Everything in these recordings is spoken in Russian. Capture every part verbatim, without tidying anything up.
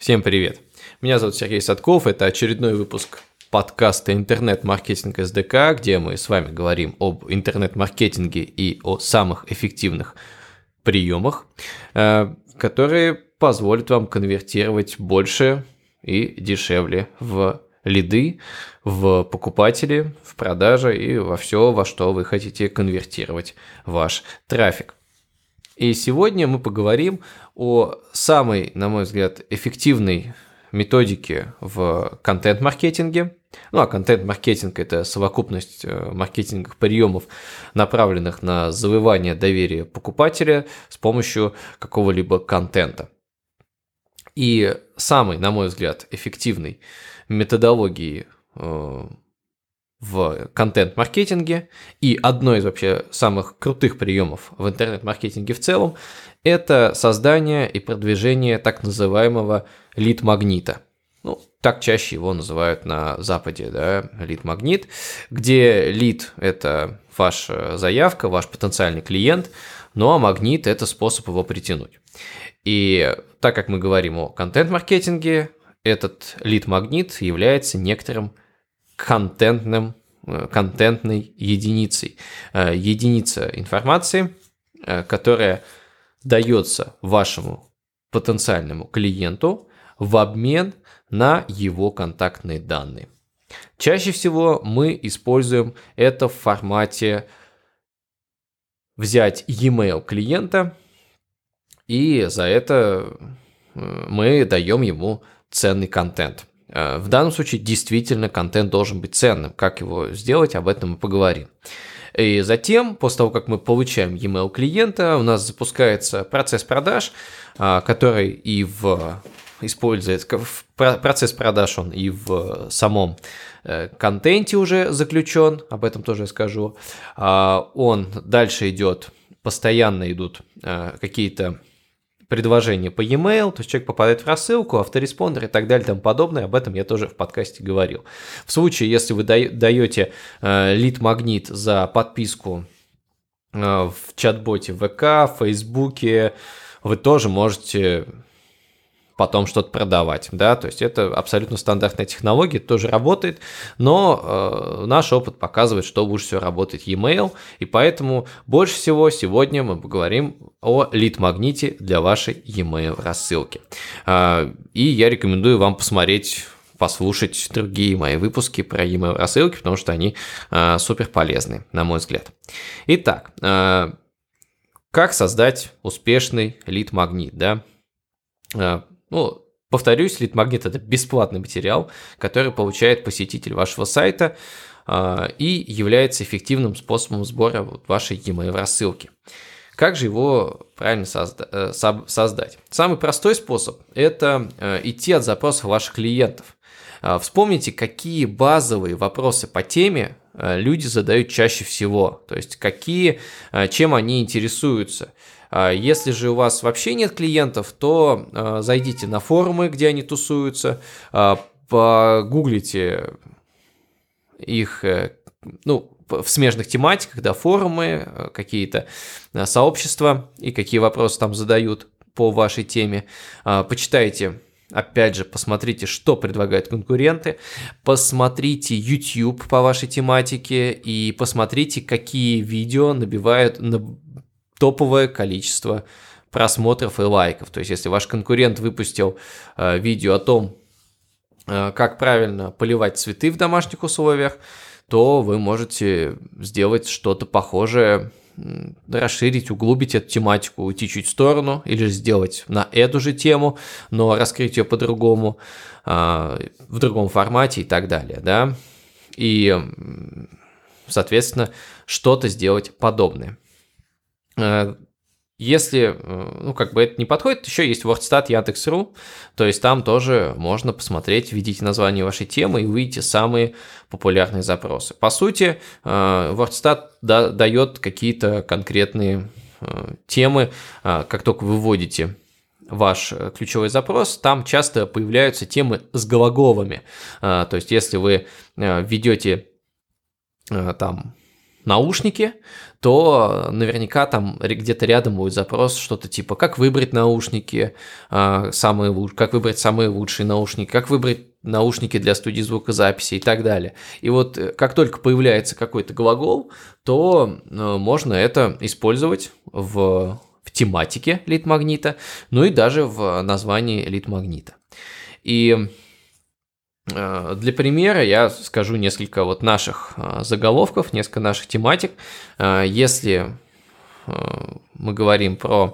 Всем привет! Меня зовут Сергей Садков, это очередной выпуск подкаста «Интернет-маркетинг эс дэ ка», где мы с вами говорим об интернет-маркетинге и о самых эффективных приемах, которые позволят вам конвертировать больше и дешевле в лиды, в покупатели, в продажи и во все, во что вы хотите конвертировать ваш трафик. И сегодня мы поговорим о самой, на мой взгляд, эффективной методике в контент-маркетинге. Ну, а контент-маркетинг – это совокупность маркетинговых приемов, направленных на завоевание доверия покупателя с помощью какого-либо контента. И самой, на мой взгляд, эффективной методологией в контент-маркетинге и одной из вообще самых крутых приемов в интернет-маркетинге в целом – это создание и продвижение так называемого лид-магнита. Ну, так чаще его называют на Западе, да, лид-магнит, где лид – это ваша заявка, ваш потенциальный клиент, ну а магнит – это способ его притянуть. И так как мы говорим о контент-маркетинге, этот лид-магнит является некоторым контентным, контентной единицей. Единица информации, которая дается вашему потенциальному клиенту в обмен на его контактные данные. Чаще всего мы используем это в формате взять e-mail клиента, и за это мы даем ему ценный контент. В данном случае действительно контент должен быть ценным. Как его сделать, об этом мы поговорим. И затем, после того, как мы получаем e-mail клиента, у нас запускается процесс продаж, который и в используется процесс продаж, он и в самом контенте уже заключен, об этом тоже я скажу. Он дальше идет, постоянно идут какие-то предложение по e-mail, то есть человек попадает в рассылку, автореспондер и так далее и тому подобное, об этом я тоже в подкасте говорил. В случае, если вы даете лид-магнит за подписку в чат-боте в вэ ка, в Фейсбуке, вы тоже можете потом что-то продавать, да, то есть это абсолютно стандартная технология, тоже работает, но э, наш опыт показывает, что лучше всего работает e-mail, и поэтому больше всего сегодня мы поговорим о лид-магните для вашей e-mail рассылки. Э, и я рекомендую вам посмотреть, послушать другие мои выпуски про e-mail рассылки, потому что они э, супер полезны, на мой взгляд. Итак, э, как создать успешный лид-магнит, да? Э, Ну, повторюсь, лид-магнит – это бесплатный материал, который получает посетитель вашего сайта э, и является эффективным способом сбора вот вашей e-mail рассылки. Как же его правильно созда- э, создать? Самый простой способ – это э, идти от запросов ваших клиентов. Э, вспомните, какие базовые вопросы по теме э, люди задают чаще всего, то есть какие, э, чем они интересуются. Если же у вас вообще нет клиентов, то э, зайдите на форумы, где они тусуются, э, погуглите их, э, ну, в смежных тематиках, да, форумы, э, какие-то э, сообщества и какие вопросы там задают по вашей теме. Э, почитайте, опять же, посмотрите, что предлагают конкуренты, посмотрите YouTube по вашей тематике и посмотрите, какие видео набивают на топовое количество просмотров и лайков. То есть, если ваш конкурент выпустил э, видео о том, э, как правильно поливать цветы в домашних условиях, то вы можете сделать что-то похожее, э, расширить, углубить эту тематику, уйти чуть в сторону, или сделать на эту же тему, но раскрыть ее по-другому, э, в другом формате и так далее, да, и, соответственно, что-то сделать подобное. Если, ну, как бы это не подходит, еще есть Wordstat, Яндекс.ру, то есть там тоже можно посмотреть, введите название вашей темы и увидите самые популярные запросы. По сути, Wordstat дает какие-то конкретные темы, как только вы вводите ваш ключевой запрос, там часто появляются темы с глаголами, то есть если вы введете там наушники, то наверняка там где-то рядом будет запрос, что-то типа «как выбрать наушники, самые луч... как выбрать самые лучшие наушники, как выбрать наушники для студии звукозаписи» и так далее. И вот как только появляется какой-то глагол, то можно это использовать в, в тематике лид-магнита, ну и даже в названии лид-магнита. И для примера я скажу несколько вот наших заголовков, несколько наших тематик. Если мы говорим про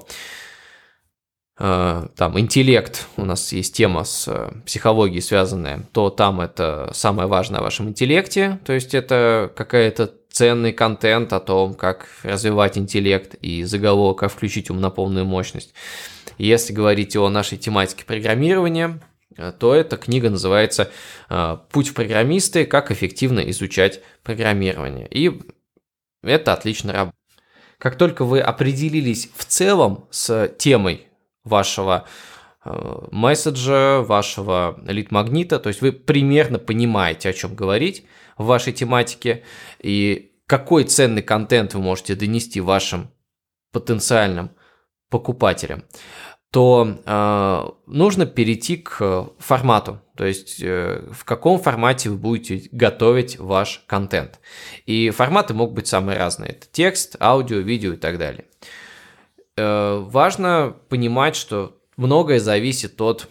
там интеллект, у нас есть тема с психологией связанная, то там это самое важное о вашем интеллекте, то есть это какая-то ценный контент о том, как развивать интеллект, и заголовок «как включить ум на полную мощность». Если говорить о нашей тематике программирования, то эта книга называется «Путь в программисты. Как эффективно изучать программирование». И это отлично работает. Как только вы определились в целом с темой вашего месседжа, вашего лид-магнита, то есть вы примерно понимаете, о чем говорить в вашей тематике и какой ценный контент вы можете донести вашим потенциальным покупателям, то э, нужно перейти к формату, то есть э, в каком формате вы будете готовить ваш контент. И форматы могут быть самые разные. Это текст, аудио, видео и так далее. Э, важно понимать, что многое зависит от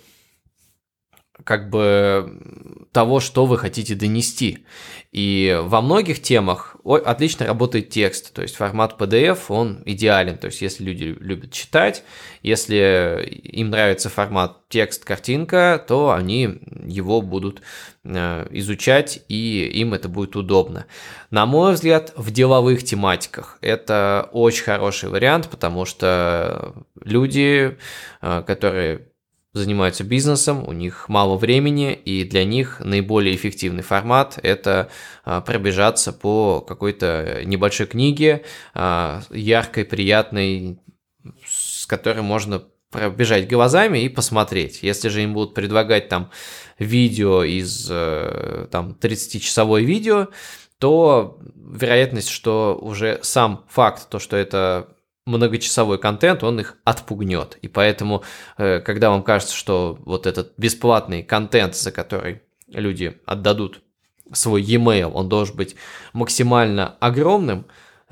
как бы того, что вы хотите донести. И во многих темах отлично работает текст, то есть формат пи ди эф, он идеален, то есть если люди любят читать, если им нравится формат текст-картинка, то они его будут изучать, и им это будет удобно. На мой взгляд, в деловых тематиках это очень хороший вариант, потому что люди, которые занимаются бизнесом, у них мало времени, и для них наиболее эффективный формат – это пробежаться по какой-то небольшой книге, яркой, приятной, с которой можно пробежать глазами и посмотреть. Если же им будут предлагать там видео из там тридцатичасовое видео, то вероятность, что уже сам факт, то, что это многочасовой контент, он их отпугнет. И поэтому, когда вам кажется, что вот этот бесплатный контент, за который люди отдадут свой e-mail, он должен быть максимально огромным,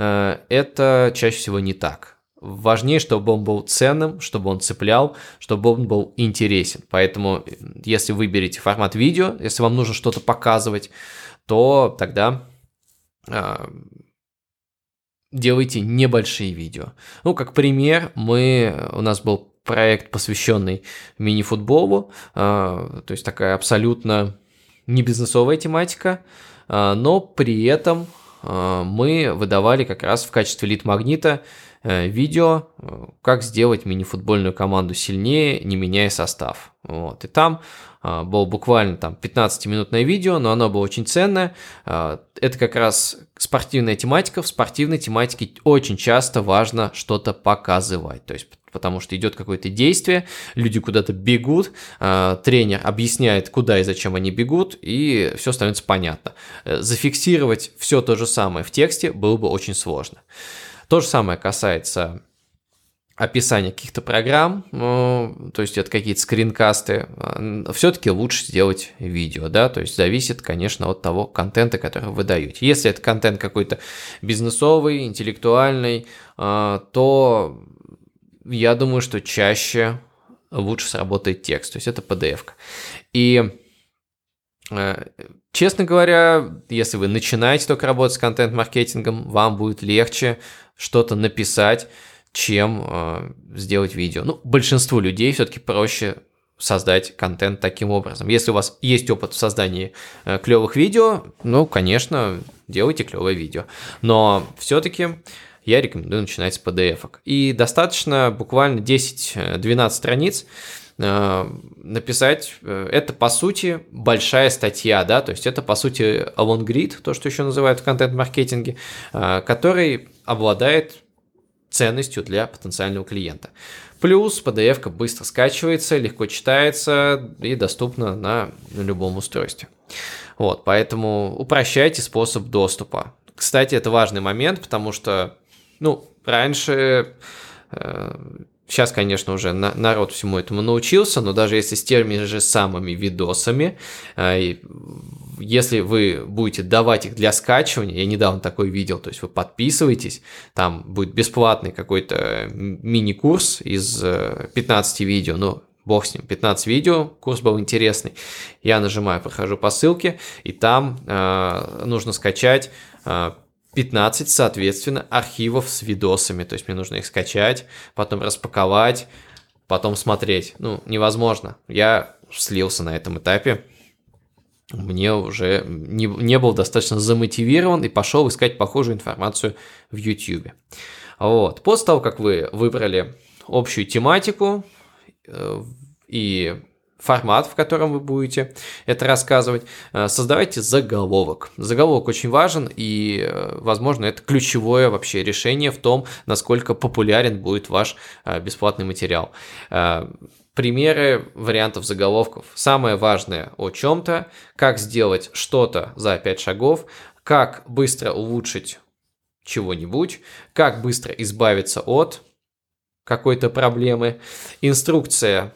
это чаще всего не так. Важнее, чтобы он был ценным, чтобы он цеплял, чтобы он был интересен. Поэтому, если вы выберете формат видео, если вам нужно что-то показывать, то тогда делайте небольшие видео. Ну, как пример, мы, у нас был проект, посвященный мини-футболу, то есть такая абсолютно не бизнесовая тематика, но при этом мы выдавали как раз в качестве лид-магнита видео, как сделать мини-футбольную команду сильнее, не меняя состав. Вот. И там было буквально там пятнадцатиминутное видео, но оно было очень ценное. Это как раз спортивная тематика. В спортивной тематике очень часто важно что-то показывать. То есть, потому что идет какое-то действие, люди куда-то бегут, тренер объясняет, куда и зачем они бегут, и все становится понятно. Зафиксировать все то же самое в тексте было бы очень сложно. То же самое касается описания каких-то программ, ну, то есть это какие-то скринкасты, все-таки лучше сделать видео, да, то есть зависит, конечно, от того контента, который вы даете. Если это контент какой-то бизнесовый, интеллектуальный, то я думаю, что чаще лучше сработает текст, то есть это пи ди эф-ка. И честно говоря, если вы начинаете только работать с контент-маркетингом, вам будет легче что-то написать, чем э, сделать видео. Ну, большинству людей все-таки проще создать контент таким образом. Если у вас есть опыт в создании э, клевых видео, ну, конечно, делайте клевое видео. Но все-таки я рекомендую начинать с пи ди эф-ок. И достаточно буквально десять-двенадцать страниц э, написать. Это, по сути, большая статья, да, то есть это, по сути, лонгрид, то, что еще называют в контент-маркетинге, э, который обладает ценностью для потенциального клиента. Плюс пи ди эф-ка быстро скачивается, легко читается и доступна на любом устройстве. Вот, поэтому упрощайте способ доступа. кстати, это важный момент, потому что, ну, раньше, э, сейчас, конечно, уже на, народ всему этому научился, но даже если с теми же самыми видосами, э, если вы будете давать их для скачивания, я недавно такой видел, то есть вы подписываетесь, там будет бесплатный какой-то мини-курс из пятнадцати видео, ну, бог с ним, пятнадцать видео, курс был интересный, я нажимаю, прохожу по ссылке, и там э, нужно скачать э, пятнадцать, соответственно, архивов с видосами, то есть мне нужно их скачать, потом распаковать, потом смотреть, ну, невозможно, я слился на этом этапе, мне уже не, не был достаточно замотивирован и пошел искать похожую информацию в YouTube. Вот. После того, как вы выбрали общую тематику э, и формат, в котором вы будете это рассказывать, э, создавайте заголовок. Заголовок очень важен, и, э, возможно, это ключевое вообще решение в том, насколько популярен будет ваш э, бесплатный материал. Э, Примеры вариантов заголовков. Самое важное о чем-то, как сделать что-то за пять шагов, как быстро улучшить чего-нибудь, как быстро избавиться от какой-то проблемы, инструкция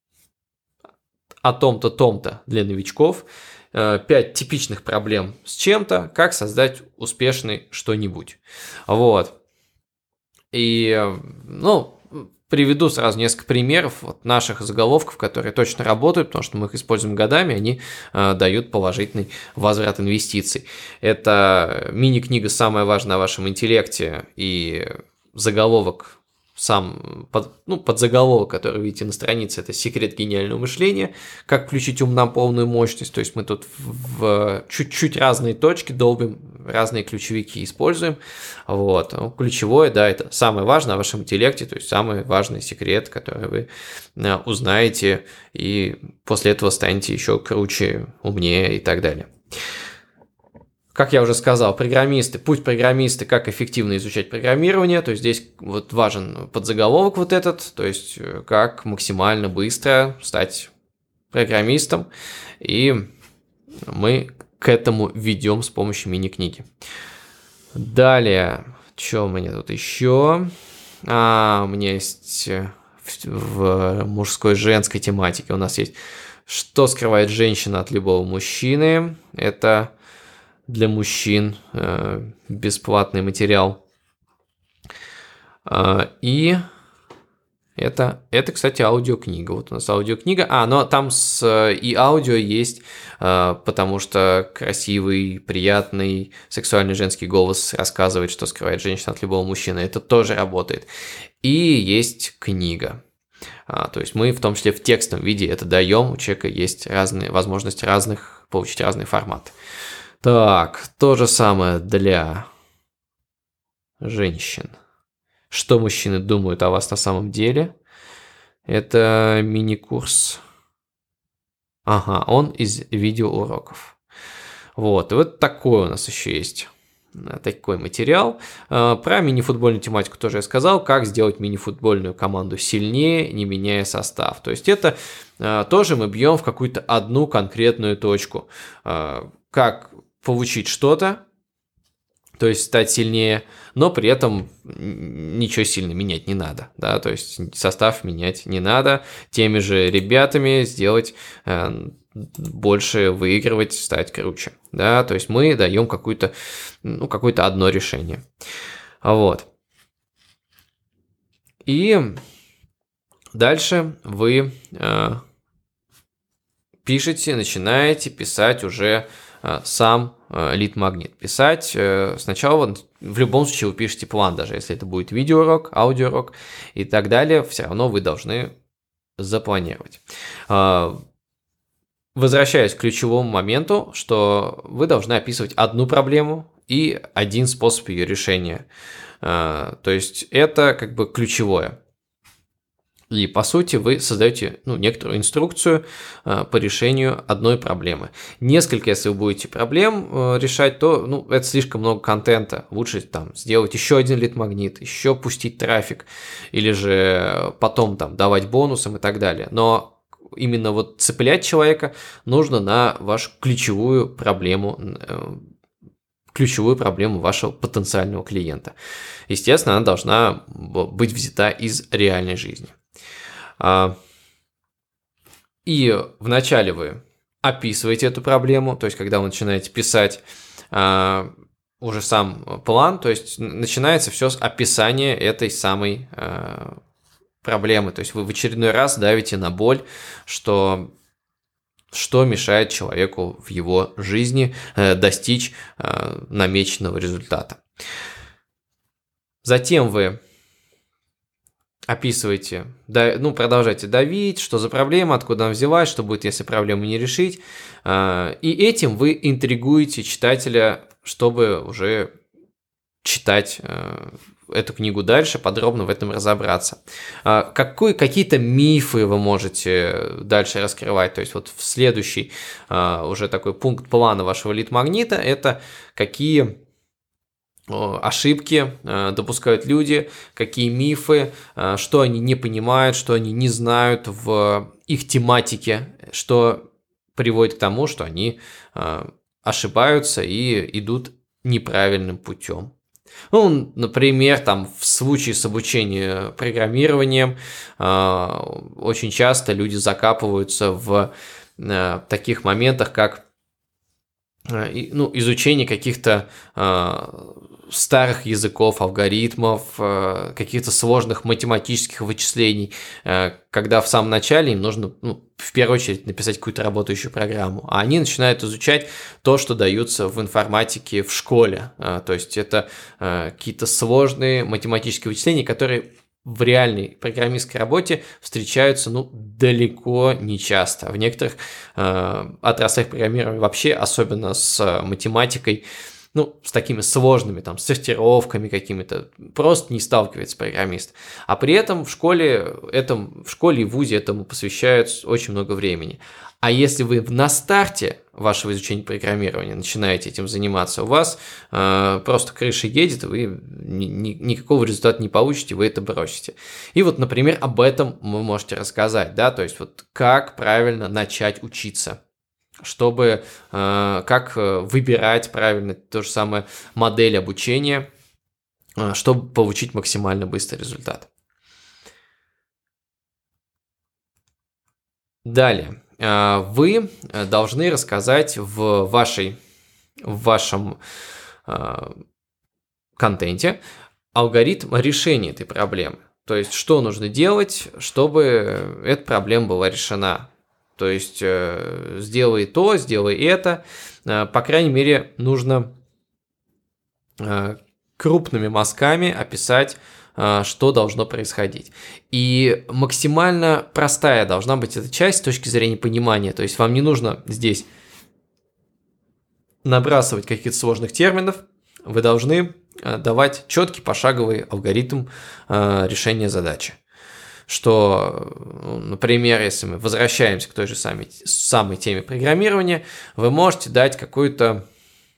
о том-то, том-то для новичков, пять типичных проблем с чем-то, как создать успешный что-нибудь. Вот. И, ну, приведу сразу несколько примеров вот наших заголовков, которые точно работают, потому что мы их используем годами, они э, дают положительный возврат инвестиций. Это мини-книга «Самое важное о вашем интеллекте» и заголовок, сам под, ну, подзаголовок, который видите на странице, это «Секрет гениального мышления», как включить ум на полную мощность, то есть мы тут в, в чуть-чуть разные точки долбим, разные ключевики используем, вот, ну, ключевое, да, это самое важное о вашем интеллекте, то есть самый важный секрет, который вы а, узнаете, и после этого станете еще круче, умнее и так далее. Как я уже сказал, программисты, путь программиста, как эффективно изучать программирование, то есть здесь вот важен подзаголовок вот этот, то есть как максимально быстро стать программистом, и мы к этому ведем с помощью мини-книги. Далее, что у меня тут еще? А, у меня есть в мужской и женской тематике у нас есть «Что скрывает женщина от любого мужчины?» Это для мужчин э, бесплатный материал. Э, и это, это, кстати, аудиокнига. Вот у нас аудиокнига. А, но там с, и аудио есть, э, потому что красивый, приятный, сексуальный женский голос рассказывает, что скрывает женщина от любого мужчины. Это тоже работает. И есть книга. А, то есть мы в том числе в текстовом виде это даем. У человека есть разные возможности разных, получить разные форматы. Так, то же самое для женщин. Что мужчины думают о вас на самом деле? Это мини-курс. Ага, он из видеоуроков. Вот, и вот такой у нас еще есть. Такой материал. Про мини-футбольную тематику тоже я сказал. Как сделать мини-футбольную команду сильнее, не меняя состав. То есть это тоже мы бьем в какую-то одну конкретную точку. Как получить что-то, то есть стать сильнее, но при этом ничего сильно менять не надо, да, то есть состав менять не надо, теми же ребятами сделать э, больше, выигрывать, стать круче, да, то есть мы даем какую-то, ну, какое-то одно решение, вот. И дальше вы э, пишете, начинаете писать уже сам лид-магнит. Писать сначала, в любом случае вы пишете план, даже если это будет видеоурок, аудиоурок и так далее, все равно вы должны запланировать. Возвращаясь к ключевому моменту, что вы должны описывать одну проблему и один способ ее решения. То есть это как бы ключевое. И, по сути, вы создаете ну, некоторую инструкцию э, по решению одной проблемы. Несколько, если вы будете проблем э, решать, то ну, это слишком много контента. Лучше там, сделать еще один лид-магнит, еще пустить трафик, или же потом там, давать бонусом и так далее. Но именно вот цеплять человека нужно на вашу ключевую проблему, э, ключевую проблему вашего потенциального клиента. Естественно, она должна быть взята из реальной жизни. И вначале вы описываете эту проблему, то есть когда вы начинаете писать уже сам план, то есть начинается все с описания этой самой проблемы. То есть вы в очередной раз давите на боль, что, что мешает человеку в его жизни достичь намеченного результата. Затем вы описываете, ну, продолжаете давить, что за проблема, откуда она взялась, что будет, если проблему не решить. И этим вы интригуете читателя, чтобы уже читать эту книгу дальше, подробно в этом разобраться. Какой, какие-то мифы вы можете дальше раскрывать. То есть вот в следующий уже такой пункт плана вашего лид-магнита – это какие ошибки допускают люди, какие мифы, что они не понимают, что они не знают в их тематике, что приводит к тому, что они ошибаются и идут неправильным путем. Ну, например, там в случае с обучением программированием очень часто люди закапываются в таких моментах, как ну, изучение каких-то старых языков, алгоритмов, каких-то сложных математических вычислений, когда в самом начале им нужно, ну, в первую очередь написать какую-то работающую программу, а они начинают изучать то, что даются в информатике в школе. То есть это какие-то сложные математические вычисления, которые в реальной программистской работе встречаются, ну, далеко не часто. В некоторых э, отраслях программирования вообще, особенно с математикой, ну, с такими сложными, там, сортировками какими-то, просто не сталкивается программист. А при этом в школе, этом, в школе и в вузе этому посвящают очень много времени. А если вы на старте вашего изучения программирования начинаете этим заниматься, у вас э, просто крыша едет, вы ни, ни, никакого результата не получите, вы это бросите. И вот, например, об этом вы можете рассказать, да, то есть вот как правильно начать учиться, чтобы, э, как выбирать правильно то же самое модель обучения, э, чтобы получить максимально быстрый результат. Далее. Вы должны рассказать в, вашей, в вашем э, контенте алгоритм решения этой проблемы. То есть, что нужно делать, чтобы эта проблема была решена. То есть, э, сделай то, сделай это. Э, по крайней мере, нужно э, крупными мазками описать, что должно происходить. И максимально простая должна быть эта часть с точки зрения понимания. То есть вам не нужно здесь набрасывать каких-то сложных терминов, вы должны давать четкий пошаговый алгоритм решения задачи. Что, например, если мы возвращаемся к той же самой, самой теме программирования, вы можете дать какую-то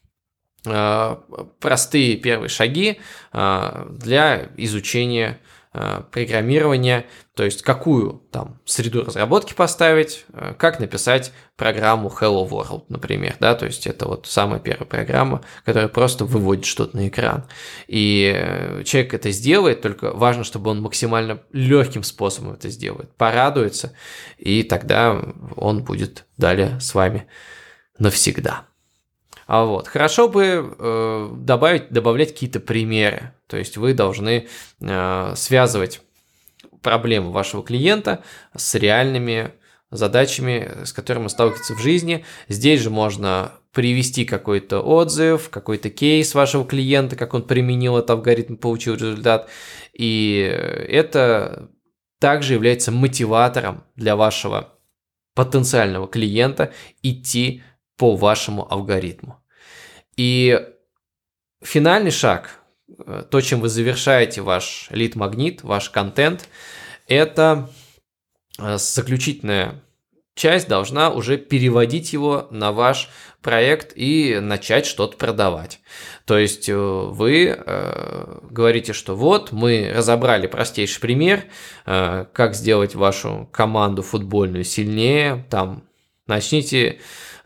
простые первые шаги для изучения программирования, то есть какую там среду разработки поставить, как написать программу Hello World, например, да, то есть это вот самая первая программа, которая просто выводит что-то на экран. И человек это сделает, только важно, чтобы он максимально легким способом это сделает, порадуется, и тогда он будет далее с вами навсегда. А вот, хорошо бы э, добавить, добавлять какие-то примеры. То есть вы должны э, связывать проблемы вашего клиента с реальными задачами, с которыми он сталкивается в жизни. Здесь же можно привести какой-то отзыв, какой-то кейс вашего клиента, как он применил этот алгоритм, получил результат. И это также является мотиватором для вашего потенциального клиента идти по вашему алгоритму. И финальный шаг, то, чем вы завершаете ваш лид-магнит, ваш контент, это заключительная часть должна уже переводить его на ваш проект и начать что-то продавать. То есть вы э, говорите, что вот мы разобрали простейший пример, э, как сделать вашу команду футбольную сильнее, там начните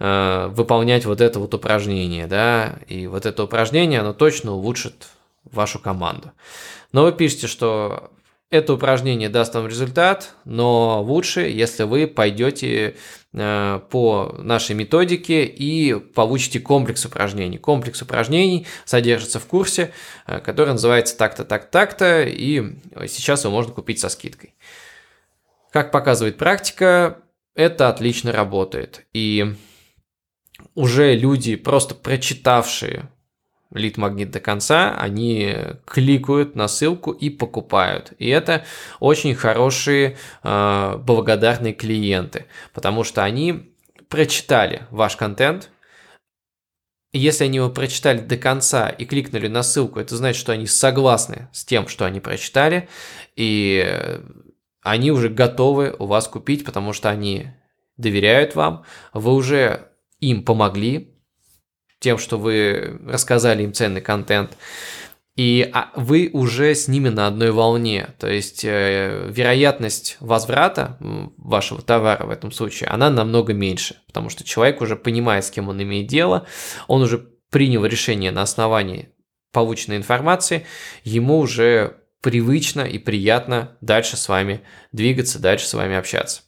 э, выполнять вот это вот упражнение, да, и вот это упражнение, оно точно улучшит вашу команду. Но вы пишете, что это упражнение даст вам результат, но лучше, если вы пойдете э, по нашей методике и получите комплекс упражнений. Комплекс упражнений содержится в курсе, э, который называется так-то, так-то, так-то, и сейчас его можно купить со скидкой. Как показывает практика, это отлично работает. И уже люди, просто прочитавшие лид-магнит до конца, они кликают на ссылку и покупают. И это очень хорошие э, благодарные клиенты, потому что они прочитали ваш контент. Если они его прочитали до конца и кликнули на ссылку, это значит, что они согласны с тем, что они прочитали, и они уже готовы у вас купить, потому что они доверяют вам, вы уже им помогли тем, что вы рассказали им ценный контент, и вы уже с ними на одной волне. То есть э, вероятность возврата вашего товара в этом случае, она намного меньше, потому что человек уже понимает, с кем он имеет дело, он уже принял решение на основании полученной информации, ему уже привычно и приятно дальше с вами двигаться, дальше с вами общаться.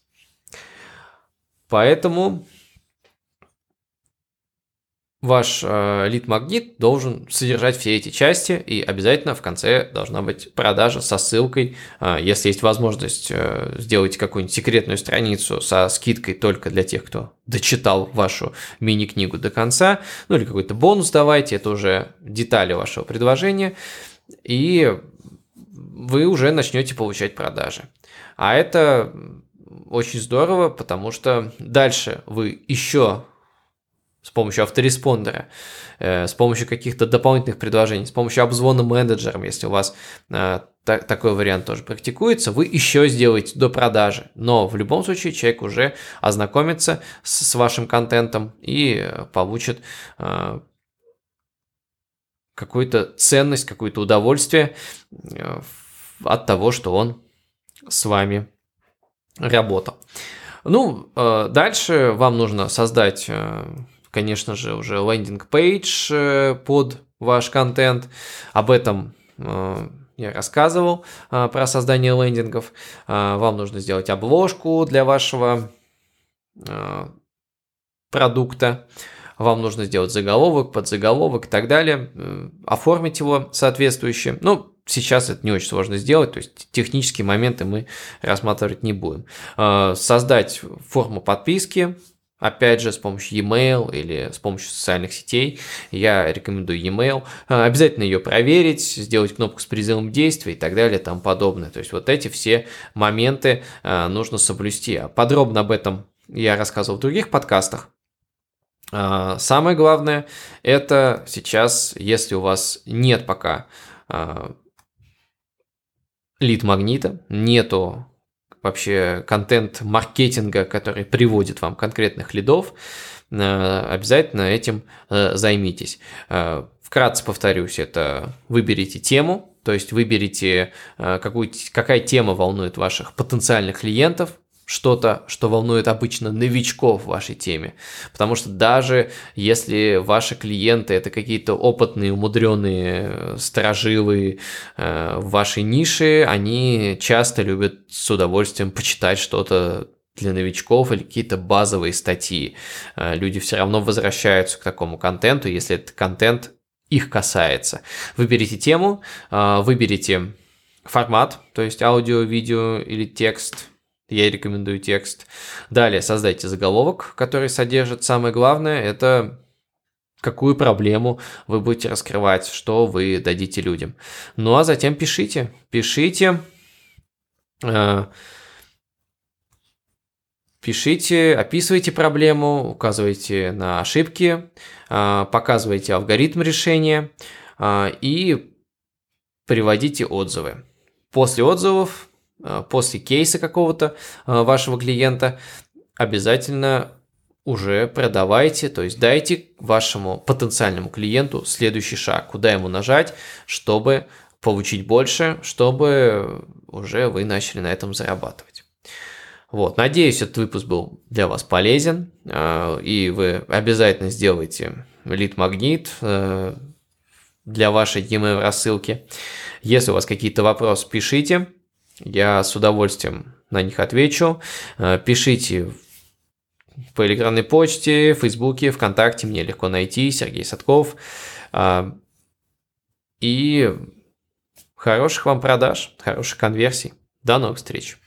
Поэтому ваш э, лид-магнит должен содержать все эти части, и обязательно в конце должна быть продажа со ссылкой. Э, если есть возможность, э, сделайте какую-нибудь секретную страницу со скидкой только для тех, кто дочитал вашу мини-книгу до конца, ну или какой-то бонус давайте, это уже детали вашего предложения, и вы уже начнете получать продажи. А это очень здорово, потому что дальше вы еще с помощью автореспондера, э, с помощью каких-то дополнительных предложений, с помощью обзвона менеджером, если у вас э, та- такой вариант тоже практикуется, вы еще сделаете до продажи. Но в любом случае человек уже ознакомится с, с вашим контентом и получит э, какую-то ценность, какое-то удовольствие э, от того, что он с вами работал. Ну, э, дальше вам нужно создать... Э, конечно же, уже лендинг-пейдж под ваш контент. Об этом я рассказывал, про создание лендингов. Вам нужно сделать обложку для вашего продукта. Вам нужно сделать заголовок, подзаголовок и так далее. Оформить его соответствующе. Ну, сейчас это не очень сложно сделать, то есть технические моменты мы рассматривать не будем. Создать форму подписки. Опять же, с помощью e-mail или с помощью социальных сетей я рекомендую e-mail. Обязательно ее проверить, сделать кнопку с призывом действия и так далее и тому подобное. То есть вот эти все моменты нужно соблюсти. Подробно об этом я рассказывал в других подкастах. Самое главное, это сейчас, если у вас нет пока лид-магнита, нету вообще контент-маркетинга, который приводит вам конкретных лидов, обязательно этим займитесь. Вкратце повторюсь, это выберите тему, то есть выберите, какую, какая тема волнует ваших потенциальных клиентов, что-то, что волнует обычно новичков в вашей теме. Потому что даже если ваши клиенты это какие-то опытные, умудренные сторожилы э, в вашей нише, они часто любят с удовольствием почитать что-то для новичков или какие-то базовые статьи. Э, люди все равно возвращаются к такому контенту, если этот контент их касается. Выберите тему, э, выберите формат, то есть аудио, видео или текст. Я рекомендую текст. Далее создайте заголовок, который содержит самое главное, это какую проблему вы будете раскрывать, что вы дадите людям. Ну а затем пишите. Пишите. Э, пишите, описывайте проблему, указывайте на ошибки, э, показывайте алгоритм решения э, и приводите отзывы. После отзывов, после кейса какого-то вашего клиента обязательно уже продавайте, то есть дайте вашему потенциальному клиенту следующий шаг, куда ему нажать, чтобы получить больше, чтобы уже вы начали на этом зарабатывать. Вот, надеюсь, этот выпуск был для вас полезен, и вы обязательно сделаете лид-магнит для вашей e-mail рассылки. Если у вас какие-то вопросы, пишите, я с удовольствием на них отвечу. Пишите по электронной почте, в Фейсбуке, ВКонтакте, мне легко найти, Сергей Садков. И хороших вам продаж, хороших конверсий. До новых встреч!